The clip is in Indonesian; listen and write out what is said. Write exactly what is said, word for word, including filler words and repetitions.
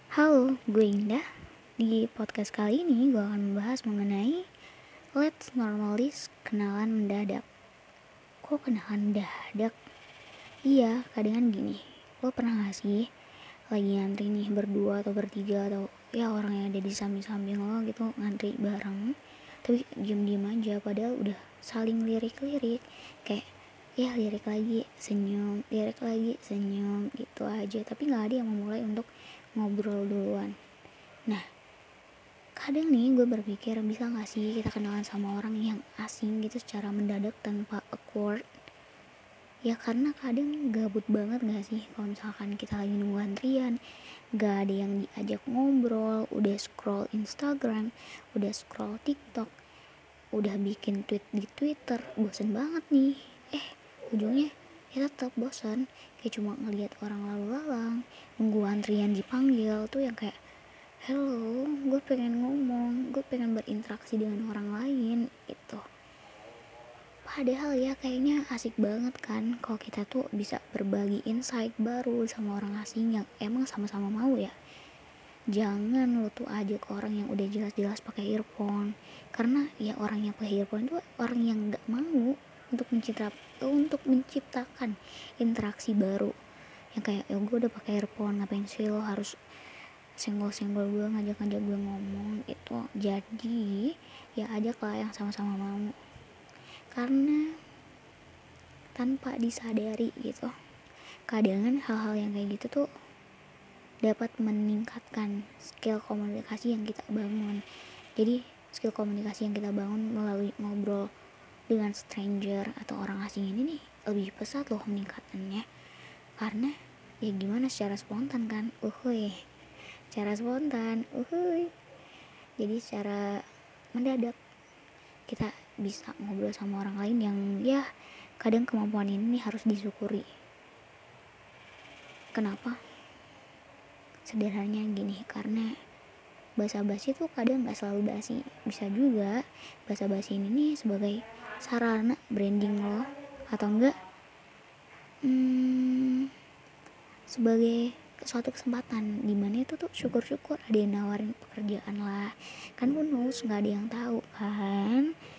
Halo, gue Indah. Di podcast kali ini gue akan membahas mengenai Let's Normalize Kenalan Mendadak. Kok kenalan mendadak? Iya, kadang gini. Lo pernah gak sih lagi ngantri nih berdua atau bertiga atau ya orang yang ada di samping-samping lo gitu ngantri bareng, tapi diem-diem aja padahal udah saling lirik-lirik kayak ya lirik lagi senyum, lirik lagi senyum gitu aja, tapi nggak ada yang memulai untuk ngobrol duluan. Nah, kadang nih gue berpikir bisa gak sih kita kenalan sama orang yang asing gitu secara mendadak tanpa awkward. Ya karena kadang gabut banget gak sih kalau misalkan kita lagi nunggu antrian, gak ada yang diajak ngobrol, udah scroll Instagram, udah scroll TikTok, udah bikin tweet di Twitter, bosen banget nih. Eh, ujungnya ya tetap bosan, kayak cuma ngelihat orang lalu lalang, nunggu antrian dipanggil tuh yang kayak hello, gue pengen ngomong, gue pengen berinteraksi dengan orang lain itu. Padahal ya kayaknya asik banget kan kalau kita tuh bisa berbagi insight baru sama orang asing yang emang sama-sama mau ya. Jangan lo tuh ajak orang yang udah jelas-jelas pakai earphone, karena ya orang yang pakai earphone itu orang yang nggak mau untuk mencipta untuk menciptakan interaksi baru. Yang kayak ya gue udah pakai earphone, ngapain sih lo harus senggol-senggol gue, ngajak-ngajak gue ngomong itu. Jadi ya ajaklah yang sama-sama mau, karena tanpa disadari gitu kadang hal-hal yang kayak gitu tuh dapat meningkatkan skill komunikasi yang kita bangun. Jadi skill komunikasi yang kita bangun melalui ngobrol dengan stranger atau orang asing ini nih lebih pesat loh meningkatannya, karena ya gimana secara spontan kan, uhuy, secara spontan, uhuy. Jadi secara mendadak kita bisa ngobrol sama orang lain yang ya kadang kemampuan ini nih harus disyukuri. Kenapa? Sederhananya gini, karena basa-basi tuh kadang gak selalu basi. Bisa juga basa-basi ini nih sebagai sarana branding lo, atau enggak hmm, sebagai suatu kesempatan dimana itu tuh syukur-syukur ada yang nawarin pekerjaan lah. Kan pun knows gak ada yang tahu kan.